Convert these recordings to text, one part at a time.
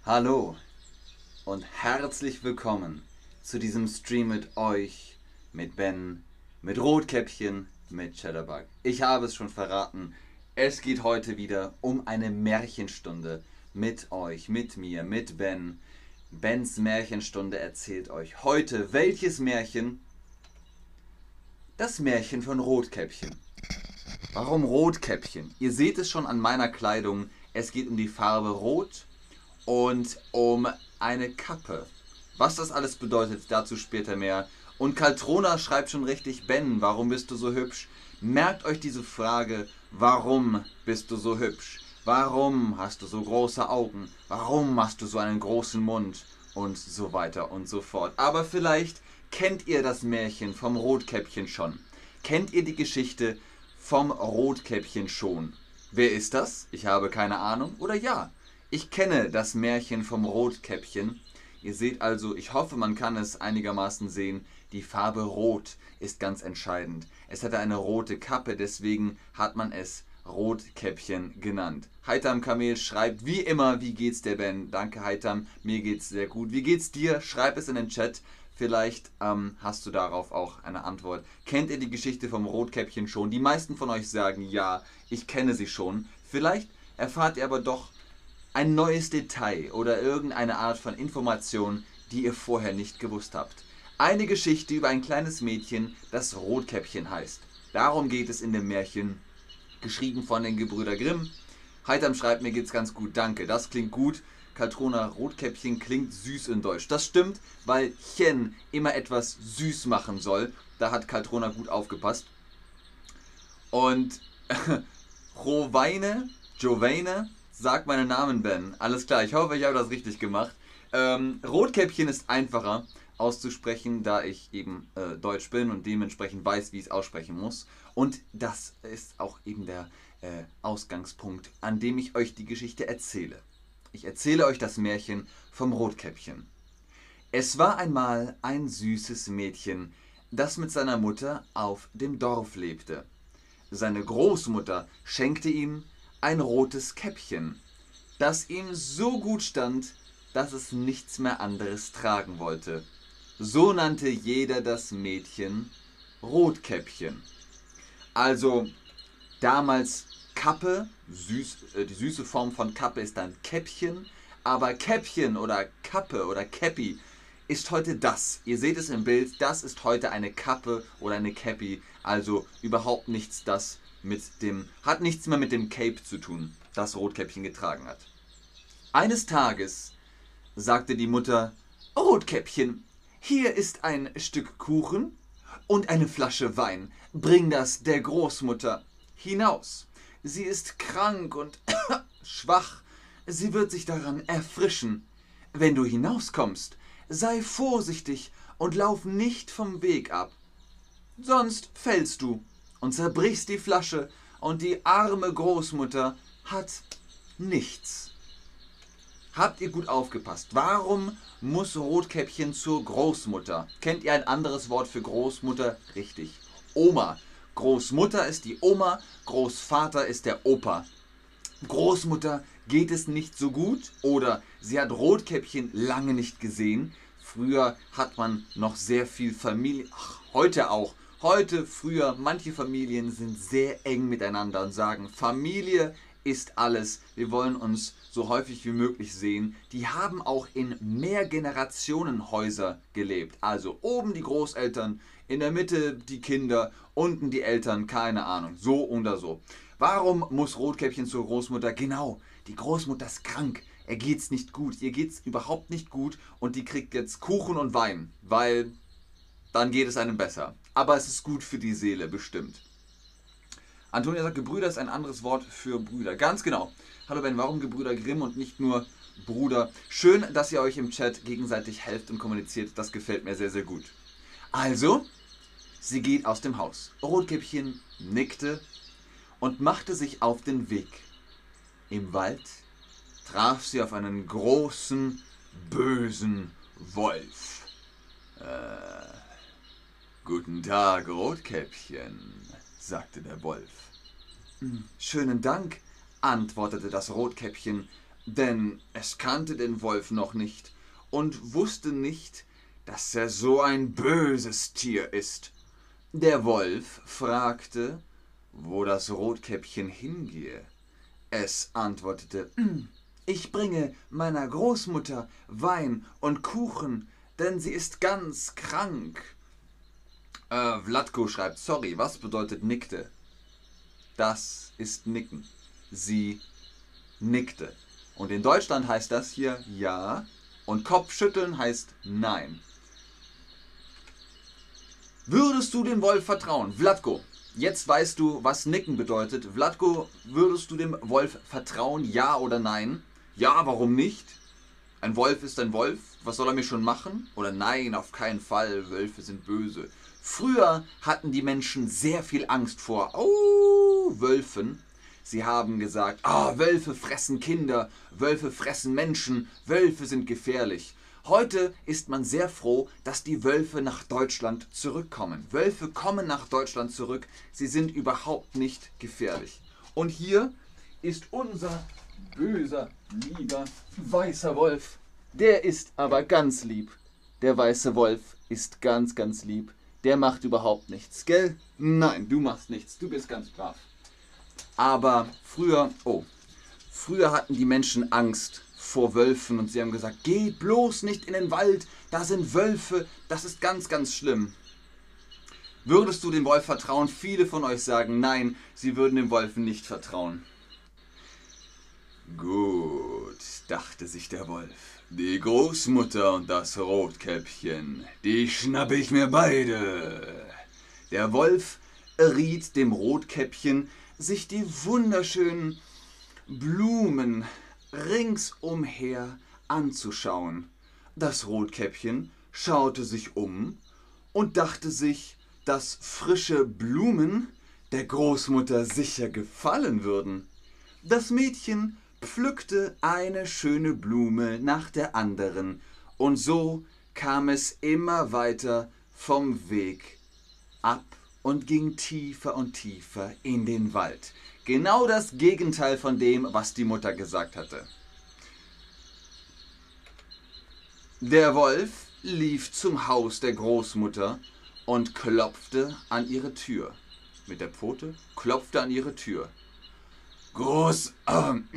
Hallo und herzlich willkommen zu diesem Stream mit euch, mit Ben, mit Rotkäppchen, mit Cheddarbug. Ich habe es schon verraten, es geht heute wieder um eine Märchenstunde mit euch, mit mir, mit Ben. Bens Märchenstunde erzählt euch heute welches Märchen? Das Märchen von Rotkäppchen. Warum Rotkäppchen? Ihr seht es schon an meiner Kleidung, es geht um die Farbe Rot und um eine Kappe. Was das alles bedeutet, dazu später mehr. Und Kaltrona schreibt schon richtig: Ben, warum bist du so hübsch? Merkt euch diese Frage: Warum bist du so hübsch? Warum hast du so große Augen? Warum hast du so einen großen Mund? Und so weiter und so fort. Aber vielleicht kennt ihr das Märchen vom Rotkäppchen schon. Kennt ihr die Geschichte vom Rotkäppchen schon? Wer ist das? Ich habe keine Ahnung. Oder ja, ich kenne das Märchen vom Rotkäppchen. Ihr seht also, ich hoffe, man kann es einigermaßen sehen, die Farbe Rot ist ganz entscheidend. Es hatte eine rote Kappe, deswegen hat man es Rotkäppchen genannt. Heitam Kamel schreibt wie immer: Wie geht's dir, Ben? Danke, Heitam, mir geht's sehr gut. Wie geht's dir? Schreib es in den Chat. Vielleicht hast du darauf auch eine Antwort. Kennt ihr die Geschichte vom Rotkäppchen schon? Die meisten von euch sagen ja, ich kenne sie schon. Vielleicht erfahrt ihr aber doch ein neues Detail oder irgendeine Art von Information, die ihr vorher nicht gewusst habt. Eine Geschichte über ein kleines Mädchen, das Rotkäppchen heißt. Darum geht es in dem Märchen, geschrieben von den Gebrüder Grimm. Heitam schreibt: Mir geht's ganz gut, danke. Das klingt gut. Kaltrona: Rotkäppchen klingt süß in Deutsch. Das stimmt, weil Chen immer etwas süß machen soll. Da hat Kaltrona gut aufgepasst. Und Jovane sagt meinen Namen, Ben. Alles klar, ich hoffe, ich habe das richtig gemacht. Rotkäppchen ist einfacher auszusprechen, da ich eben Deutsch bin und dementsprechend weiß, wie ich es aussprechen muss. Und das ist auch eben der Ausgangspunkt, an dem ich euch die Geschichte erzähle. Ich erzähle euch das Märchen vom Rotkäppchen. Es war einmal ein süßes Mädchen, das mit seiner Mutter auf dem Dorf lebte. Seine Großmutter schenkte ihm ein rotes Käppchen, das ihm so gut stand, dass es nichts mehr anderes tragen wollte. So nannte jeder das Mädchen Rotkäppchen. Also damals Kappe, die süße Form von Kappe ist dann Käppchen, aber Käppchen oder Kappe oder Käppi ist heute das. Ihr seht es im Bild, das ist heute eine Kappe oder eine Käppi, also überhaupt nichts, hat nichts mehr mit dem Cape zu tun, das Rotkäppchen getragen hat. Eines Tages sagte die Mutter: Rotkäppchen, hier ist ein Stück Kuchen und eine Flasche Wein. Bring das der Großmutter hinaus. Sie ist krank und schwach. Sie wird sich daran erfrischen. Wenn du hinauskommst, sei vorsichtig und lauf nicht vom Weg ab. Sonst fällst du und zerbrichst die Flasche und die arme Großmutter hat nichts. Habt ihr gut aufgepasst? Warum muss Rotkäppchen zur Großmutter? Kennt ihr ein anderes Wort für Großmutter? Richtig. Oma. Großmutter ist die Oma, Großvater ist der Opa. Großmutter geht es nicht so gut oder sie hat Rotkäppchen lange nicht gesehen. Früher hat man noch sehr viel Familie, heute auch. Früher, manche Familien sind sehr eng miteinander und sagen: Familie ist alles, wir wollen uns so häufig wie möglich sehen. Die haben auch in Mehrgenerationenhäuser gelebt. Also oben die Großeltern, in der Mitte die Kinder, unten die Eltern, keine Ahnung, so oder so. Warum muss Rotkäppchen zur Großmutter? Genau, die Großmutter ist krank. Ihr geht's nicht gut, ihr geht's überhaupt nicht gut und die kriegt jetzt Kuchen und Wein, weil dann geht es einem besser. Aber es ist gut für die Seele, bestimmt. Antonia sagt, Gebrüder ist ein anderes Wort für Brüder. Ganz genau. Hallo Ben, warum Gebrüder Grimm und nicht nur Bruder? Schön, dass ihr euch im Chat gegenseitig helft und kommuniziert. Das gefällt mir sehr, sehr gut. Also, sie geht aus dem Haus. Rotkäppchen nickte und machte sich auf den Weg. Im Wald traf sie auf einen großen, bösen Wolf. Guten Tag, Rotkäppchen, sagte der Wolf. Schönen Dank, antwortete das Rotkäppchen denn es kannte den Wolf noch nicht und wusste nicht, dass er so ein böses Tier ist. Der Wolf fragte, wo das Rotkäppchen hingehe. Es antwortete, ich bringe meiner Großmutter Wein und Kuchen, denn sie ist ganz krank. Vlatko schreibt, sorry, was bedeutet nickte? Das ist nicken. Sie nickte. Und in Deutschland heißt das hier ja und Kopfschütteln heißt nein. Würdest du dem Wolf vertrauen? Vlatko, jetzt weißt du, was nicken bedeutet. Vlatko, würdest du dem Wolf vertrauen, ja oder nein? Ja, warum nicht? Ein Wolf ist ein Wolf, was soll er mir schon machen? Oder nein, auf keinen Fall, Wölfe sind böse. Früher hatten die Menschen sehr viel Angst vor Wölfen. Sie haben gesagt, Wölfe fressen Kinder, Wölfe fressen Menschen, Wölfe sind gefährlich. Heute ist man sehr froh, dass die Wölfe nach Deutschland zurückkommen. Wölfe kommen nach Deutschland zurück, sie sind überhaupt nicht gefährlich. Und hier ist unser böser, lieber, weißer Wolf. Der ist aber ganz lieb. Der weiße Wolf ist ganz, ganz lieb. Der macht überhaupt nichts, gell? Nein, du machst nichts, du bist ganz brav. Aber früher hatten die Menschen Angst vor Wölfen und sie haben gesagt, geht bloß nicht in den Wald, da sind Wölfe, das ist ganz, ganz schlimm. Würdest du dem Wolf vertrauen? Viele von euch sagen nein, sie würden dem Wolfen nicht vertrauen. Gut, dachte sich der Wolf. Die Großmutter und das Rotkäppchen, die schnappe ich mir beide. Der Wolf riet dem Rotkäppchen, sich die wunderschönen Blumen ringsumher anzuschauen. Das Rotkäppchen schaute sich um und dachte sich, dass frische Blumen der Großmutter sicher gefallen würden. Das Mädchen pflückte eine schöne Blume nach der anderen und so kam es immer weiter vom Weg ab und ging tiefer und tiefer in den Wald. Genau das Gegenteil von dem, was die Mutter gesagt hatte. Der Wolf lief zum Haus der Großmutter und klopfte an ihre Tür. Mit der Pfote klopfte an ihre Tür. Großmutter,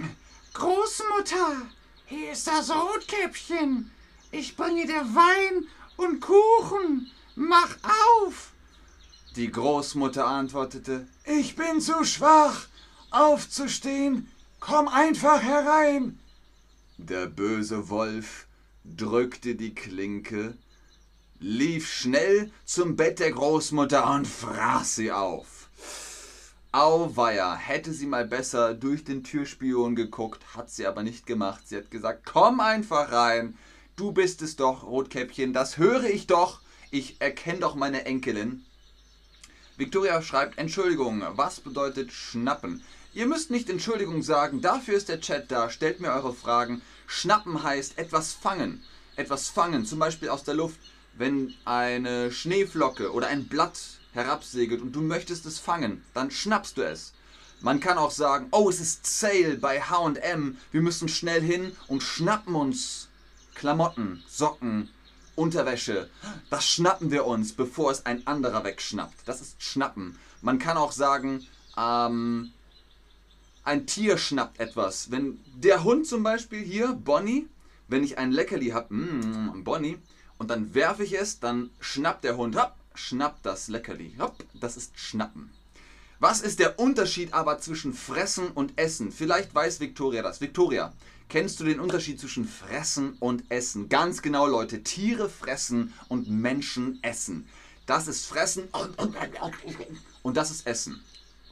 hier ist das Rotkäppchen. Ich bringe dir Wein und Kuchen. Mach auf! Die Großmutter antwortete, ich bin zu schwach, aufzustehen. Komm einfach herein. Der böse Wolf drückte die Klinke, lief schnell zum Bett der Großmutter und fraß sie auf. Auweia, hätte sie mal besser durch den Türspion geguckt, hat sie aber nicht gemacht. Sie hat gesagt, komm einfach rein, du bist es doch, Rotkäppchen, das höre ich doch, ich erkenne doch meine Enkelin. Victoria schreibt, Entschuldigung, was bedeutet schnappen? Ihr müsst nicht Entschuldigung sagen, dafür ist der Chat da, stellt mir eure Fragen. Schnappen heißt etwas fangen, zum Beispiel aus der Luft, wenn eine Schneeflocke oder ein Blatt herabsegelt und du möchtest es fangen, dann schnappst du es. Man kann auch sagen, es ist Sale bei H&M, wir müssen schnell hin und schnappen uns Klamotten, Socken, Unterwäsche. Das schnappen wir uns, bevor es ein anderer wegschnappt. Das ist schnappen. Man kann auch sagen, ein Tier schnappt etwas. Wenn der Hund zum Beispiel hier, Bonnie, wenn ich ein Leckerli habe, Bonnie, und dann werfe ich es, dann schnappt der Hund, schnappt das Leckerli. Hopp, das ist Schnappen. Was ist der Unterschied aber zwischen Fressen und Essen? Vielleicht weiß Victoria das. Victoria, kennst du den Unterschied zwischen Fressen und Essen? Ganz genau, Leute. Tiere fressen und Menschen essen. Das ist Fressen und das ist Essen.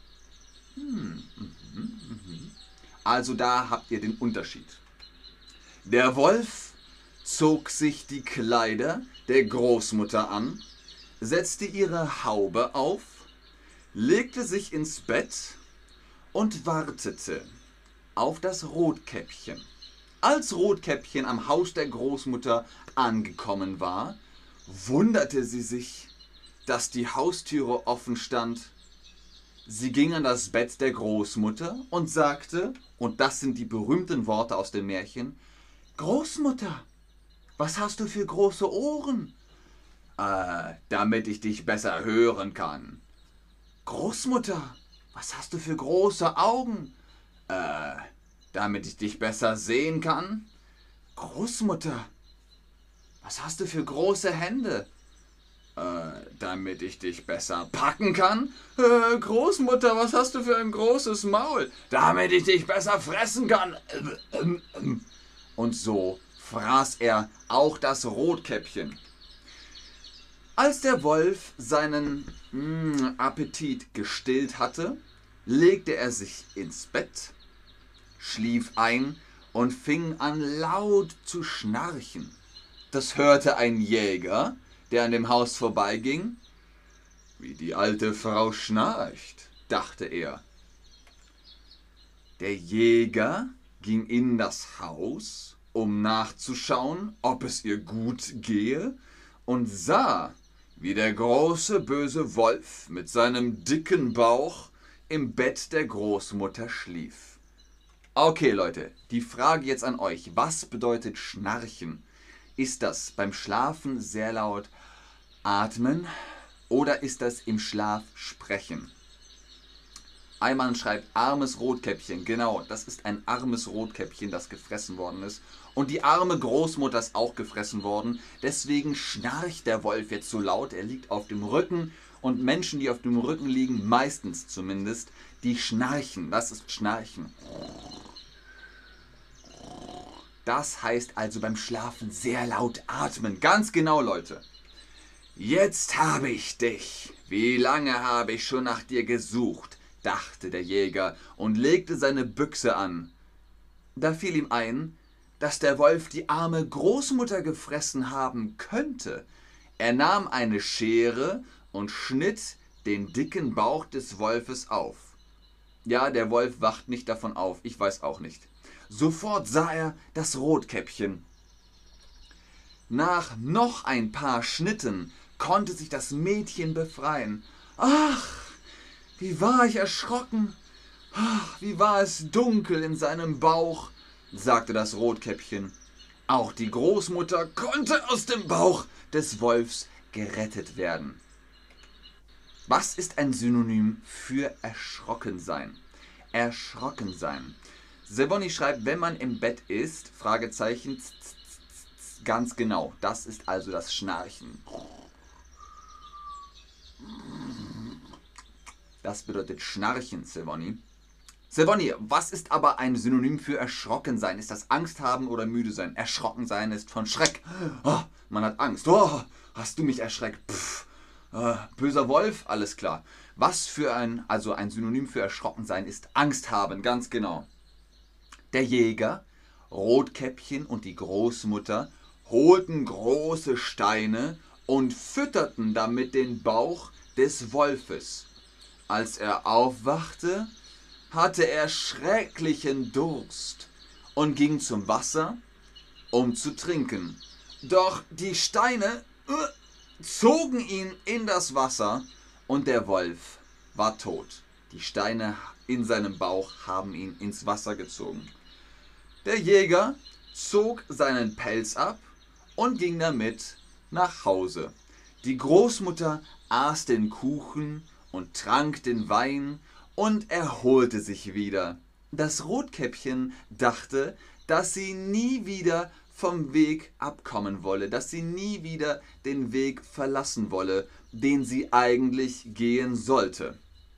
Also da habt ihr den Unterschied. Der Wolf zog sich die Kleider der Großmutter an, setzte ihre Haube auf, legte sich ins Bett und wartete auf das Rotkäppchen. Als Rotkäppchen am Haus der Großmutter angekommen war, wunderte sie sich, dass die Haustüre offen stand. Sie ging an das Bett der Großmutter und sagte, und das sind die berühmten Worte aus dem Märchen: Großmutter, was hast du für große Ohren? Damit ich dich besser hören kann. Großmutter, was hast du für große Augen? Damit ich dich besser sehen kann. Großmutter, was hast du für große Hände? Damit ich dich besser packen kann. Großmutter, was hast du für ein großes Maul? Damit ich dich besser fressen kann. Und so fraß er auch das Rotkäppchen. Als der Wolf seinen Appetit gestillt hatte, legte er sich ins Bett, schlief ein und fing an laut zu schnarchen. Das hörte ein Jäger, der an dem Haus vorbeiging. Wie die alte Frau schnarcht, dachte er. Der Jäger ging in das Haus, um nachzuschauen, ob es ihr gut gehe, und sah, wie der große böse Wolf mit seinem dicken Bauch im Bett der Großmutter schlief. Okay, Leute, die Frage jetzt an euch: Was bedeutet Schnarchen? Ist das beim Schlafen sehr laut atmen oder ist das im Schlaf sprechen? Einmann schreibt armes Rotkäppchen. Genau, das ist ein armes Rotkäppchen, das gefressen worden ist. Und die arme Großmutter ist auch gefressen worden. Deswegen schnarcht der Wolf jetzt so laut. Er liegt auf dem Rücken. Und Menschen, die auf dem Rücken liegen, meistens zumindest, die schnarchen. Das ist Schnarchen. Das heißt also beim Schlafen sehr laut atmen. Ganz genau, Leute. Jetzt habe ich dich. Wie lange habe ich schon nach dir gesucht, dachte der Jäger und legte seine Büchse an. Da fiel ihm ein, dass der Wolf die arme Großmutter gefressen haben könnte. Er nahm eine Schere und schnitt den dicken Bauch des Wolfes auf. Ja, der Wolf wacht nicht davon auf, ich weiß auch nicht. Sofort sah er das Rotkäppchen. Nach noch ein paar Schnitten konnte sich das Mädchen befreien. Ach, wie war ich erschrocken! Ach, wie war es dunkel in seinem Bauch, sagte das Rotkäppchen. Auch die Großmutter konnte aus dem Bauch des Wolfs gerettet werden. Was ist ein Synonym für erschrocken sein? Erschrocken sein. Seboni schreibt, wenn man im Bett ist, Fragezeichen, ganz genau. Das ist also das Schnarchen. Das bedeutet Schnarchen, Seboni. Seboni, was ist aber ein Synonym für erschrocken sein? Ist das Angst haben oder müde sein? Erschrocken sein ist von Schreck. Oh, man hat Angst. Oh, hast du mich erschreckt? Böser Wolf, alles klar. Was für ein Synonym für erschrocken sein ist Angst haben, ganz genau. Der Jäger, Rotkäppchen und die Großmutter holten große Steine und fütterten damit den Bauch des Wolfes. Als er aufwachte, hatte er schrecklichen Durst und ging zum Wasser, um zu trinken. Doch die Steine zogen ihn in das Wasser und der Wolf war tot. Die Steine in seinem Bauch haben ihn ins Wasser gezogen. Der Jäger zog seinen Pelz ab und ging damit nach Hause. Die Großmutter aß den Kuchen und trank den Wein und erholte sich wieder. Das Rotkäppchen dachte, dass sie nie wieder vom Weg abkommen wolle, dass sie nie wieder den Weg verlassen wolle, den sie eigentlich gehen sollte.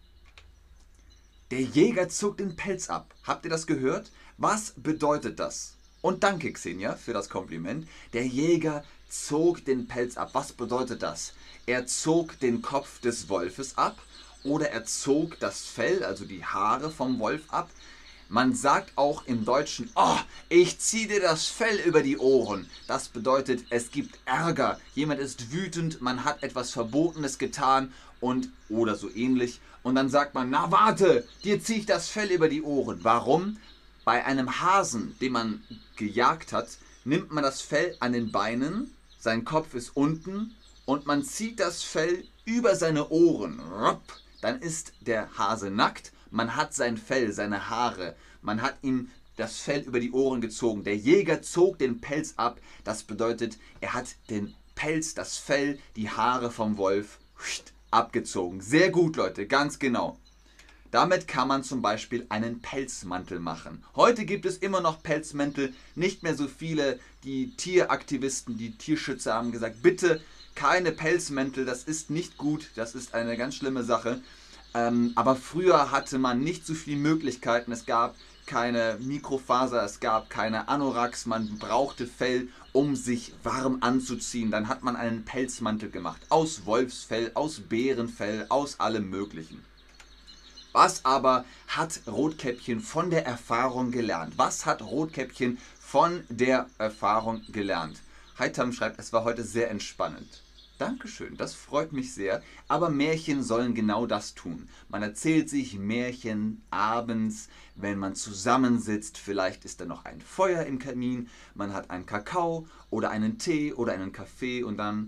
Der Jäger zog den Pelz ab. Habt ihr das gehört? Was bedeutet das? Und danke, Xenia, für das Kompliment. Der Jäger zog den Pelz ab. Was bedeutet das? Er zog den Kopf des Wolfes ab oder er zog das Fell, also die Haare vom Wolf ab. Man sagt auch im Deutschen, oh, ich ziehe dir das Fell über die Ohren. Das bedeutet, es gibt Ärger. Jemand ist wütend, man hat etwas Verbotenes getan und oder so ähnlich. Und dann sagt man, na warte, dir ziehe ich das Fell über die Ohren. Warum? Bei einem Hasen, den man gejagt hat, nimmt man das Fell an den Beinen, sein Kopf ist unten und man zieht das Fell über seine Ohren. dann ist der Hase nackt, man hat sein Fell, seine Haare, man hat ihm das Fell über die Ohren gezogen. Der Jäger zog den Pelz ab, das bedeutet, er hat den Pelz, das Fell, die Haare vom Wolf abgezogen. Sehr gut, Leute, ganz genau. Damit kann man zum Beispiel einen Pelzmantel machen. Heute gibt es immer noch Pelzmäntel, nicht mehr so viele. Die Tieraktivisten, die Tierschützer haben gesagt, bitte keine Pelzmäntel, das ist nicht gut, das ist eine ganz schlimme Sache. Aber früher hatte man nicht so viele Möglichkeiten, es gab keine Mikrofaser, es gab keine Anoraks, man brauchte Fell, um sich warm anzuziehen. Dann hat man einen Pelzmantel gemacht, aus Wolfsfell, aus Bärenfell, aus allem Möglichen. Was aber hat Rotkäppchen von der Erfahrung gelernt? Was hat Rotkäppchen von der Erfahrung gelernt? Heitam schreibt, es war heute sehr entspannend. Dankeschön, das freut mich sehr. Aber Märchen sollen genau das tun. Man erzählt sich Märchen abends, wenn man zusammensitzt. Vielleicht ist da noch ein Feuer im Kamin, man hat einen Kakao oder einen Tee oder einen Kaffee und dann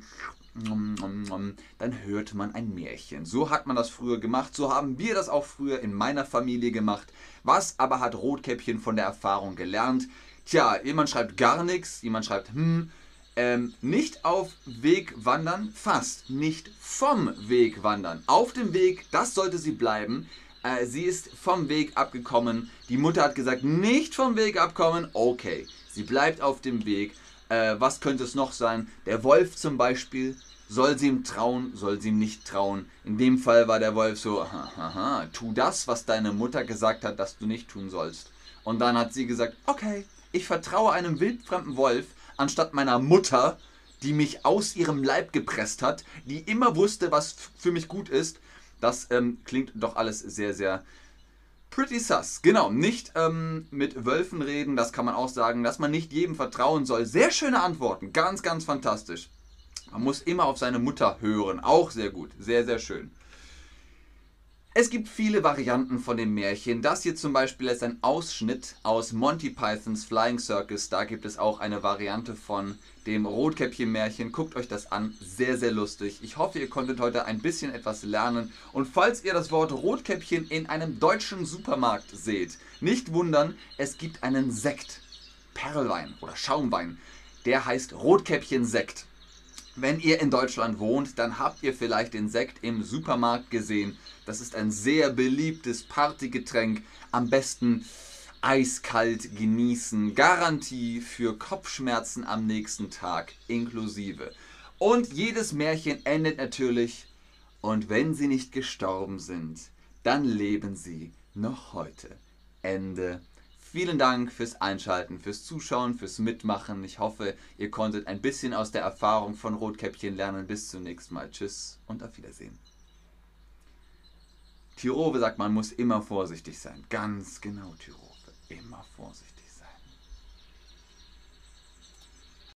hört man ein Märchen. So hat man das früher gemacht, so haben wir das auch früher in meiner Familie gemacht. Was aber hat Rotkäppchen von der Erfahrung gelernt? Tja, jemand schreibt gar nichts, jemand schreibt nicht auf Weg wandern, fast nicht vom Weg wandern. Auf dem Weg, das sollte sie bleiben. Sie ist vom Weg abgekommen. Die Mutter hat gesagt, nicht vom Weg abkommen. Okay, sie bleibt auf dem Weg. Was könnte es noch sein? Der Wolf zum Beispiel. Soll sie ihm trauen? Soll sie ihm nicht trauen? In dem Fall war der Wolf so, tu das, was deine Mutter gesagt hat, dass du nicht tun sollst. Und dann hat sie gesagt, okay, ich vertraue einem wildfremden Wolf, anstatt meiner Mutter, die mich aus ihrem Leib gepresst hat, die immer wusste, was für mich gut ist. Das klingt doch alles sehr, sehr pretty sus. Genau, nicht mit Wölfen reden, das kann man auch sagen, dass man nicht jedem vertrauen soll. Sehr schöne Antworten, ganz, ganz fantastisch. Man muss immer auf seine Mutter hören, auch sehr gut, sehr, sehr schön. Es gibt viele Varianten von dem Märchen. Das hier zum Beispiel ist ein Ausschnitt aus Monty Pythons Flying Circus. Da gibt es auch eine Variante von dem Rotkäppchen-Märchen. Guckt euch das an, sehr, sehr lustig. Ich hoffe, ihr konntet heute ein bisschen etwas lernen. Und falls ihr das Wort Rotkäppchen in einem deutschen Supermarkt seht, nicht wundern, es gibt einen Sekt, Perlwein oder Schaumwein. Der heißt Rotkäppchen-Sekt. Wenn ihr in Deutschland wohnt, dann habt ihr vielleicht den Sekt im Supermarkt gesehen. Das ist ein sehr beliebtes Partygetränk. Am besten eiskalt genießen. Garantie für Kopfschmerzen am nächsten Tag inklusive. Und jedes Märchen endet natürlich, und wenn sie nicht gestorben sind, dann leben sie noch heute. Ende. Vielen Dank fürs Einschalten, fürs Zuschauen, fürs Mitmachen. Ich hoffe, ihr konntet ein bisschen aus der Erfahrung von Rotkäppchen lernen. Bis zum nächsten Mal. Tschüss und auf Wiedersehen. Tirove sagt, man muss immer vorsichtig sein. Ganz genau, Tirove. Immer vorsichtig sein.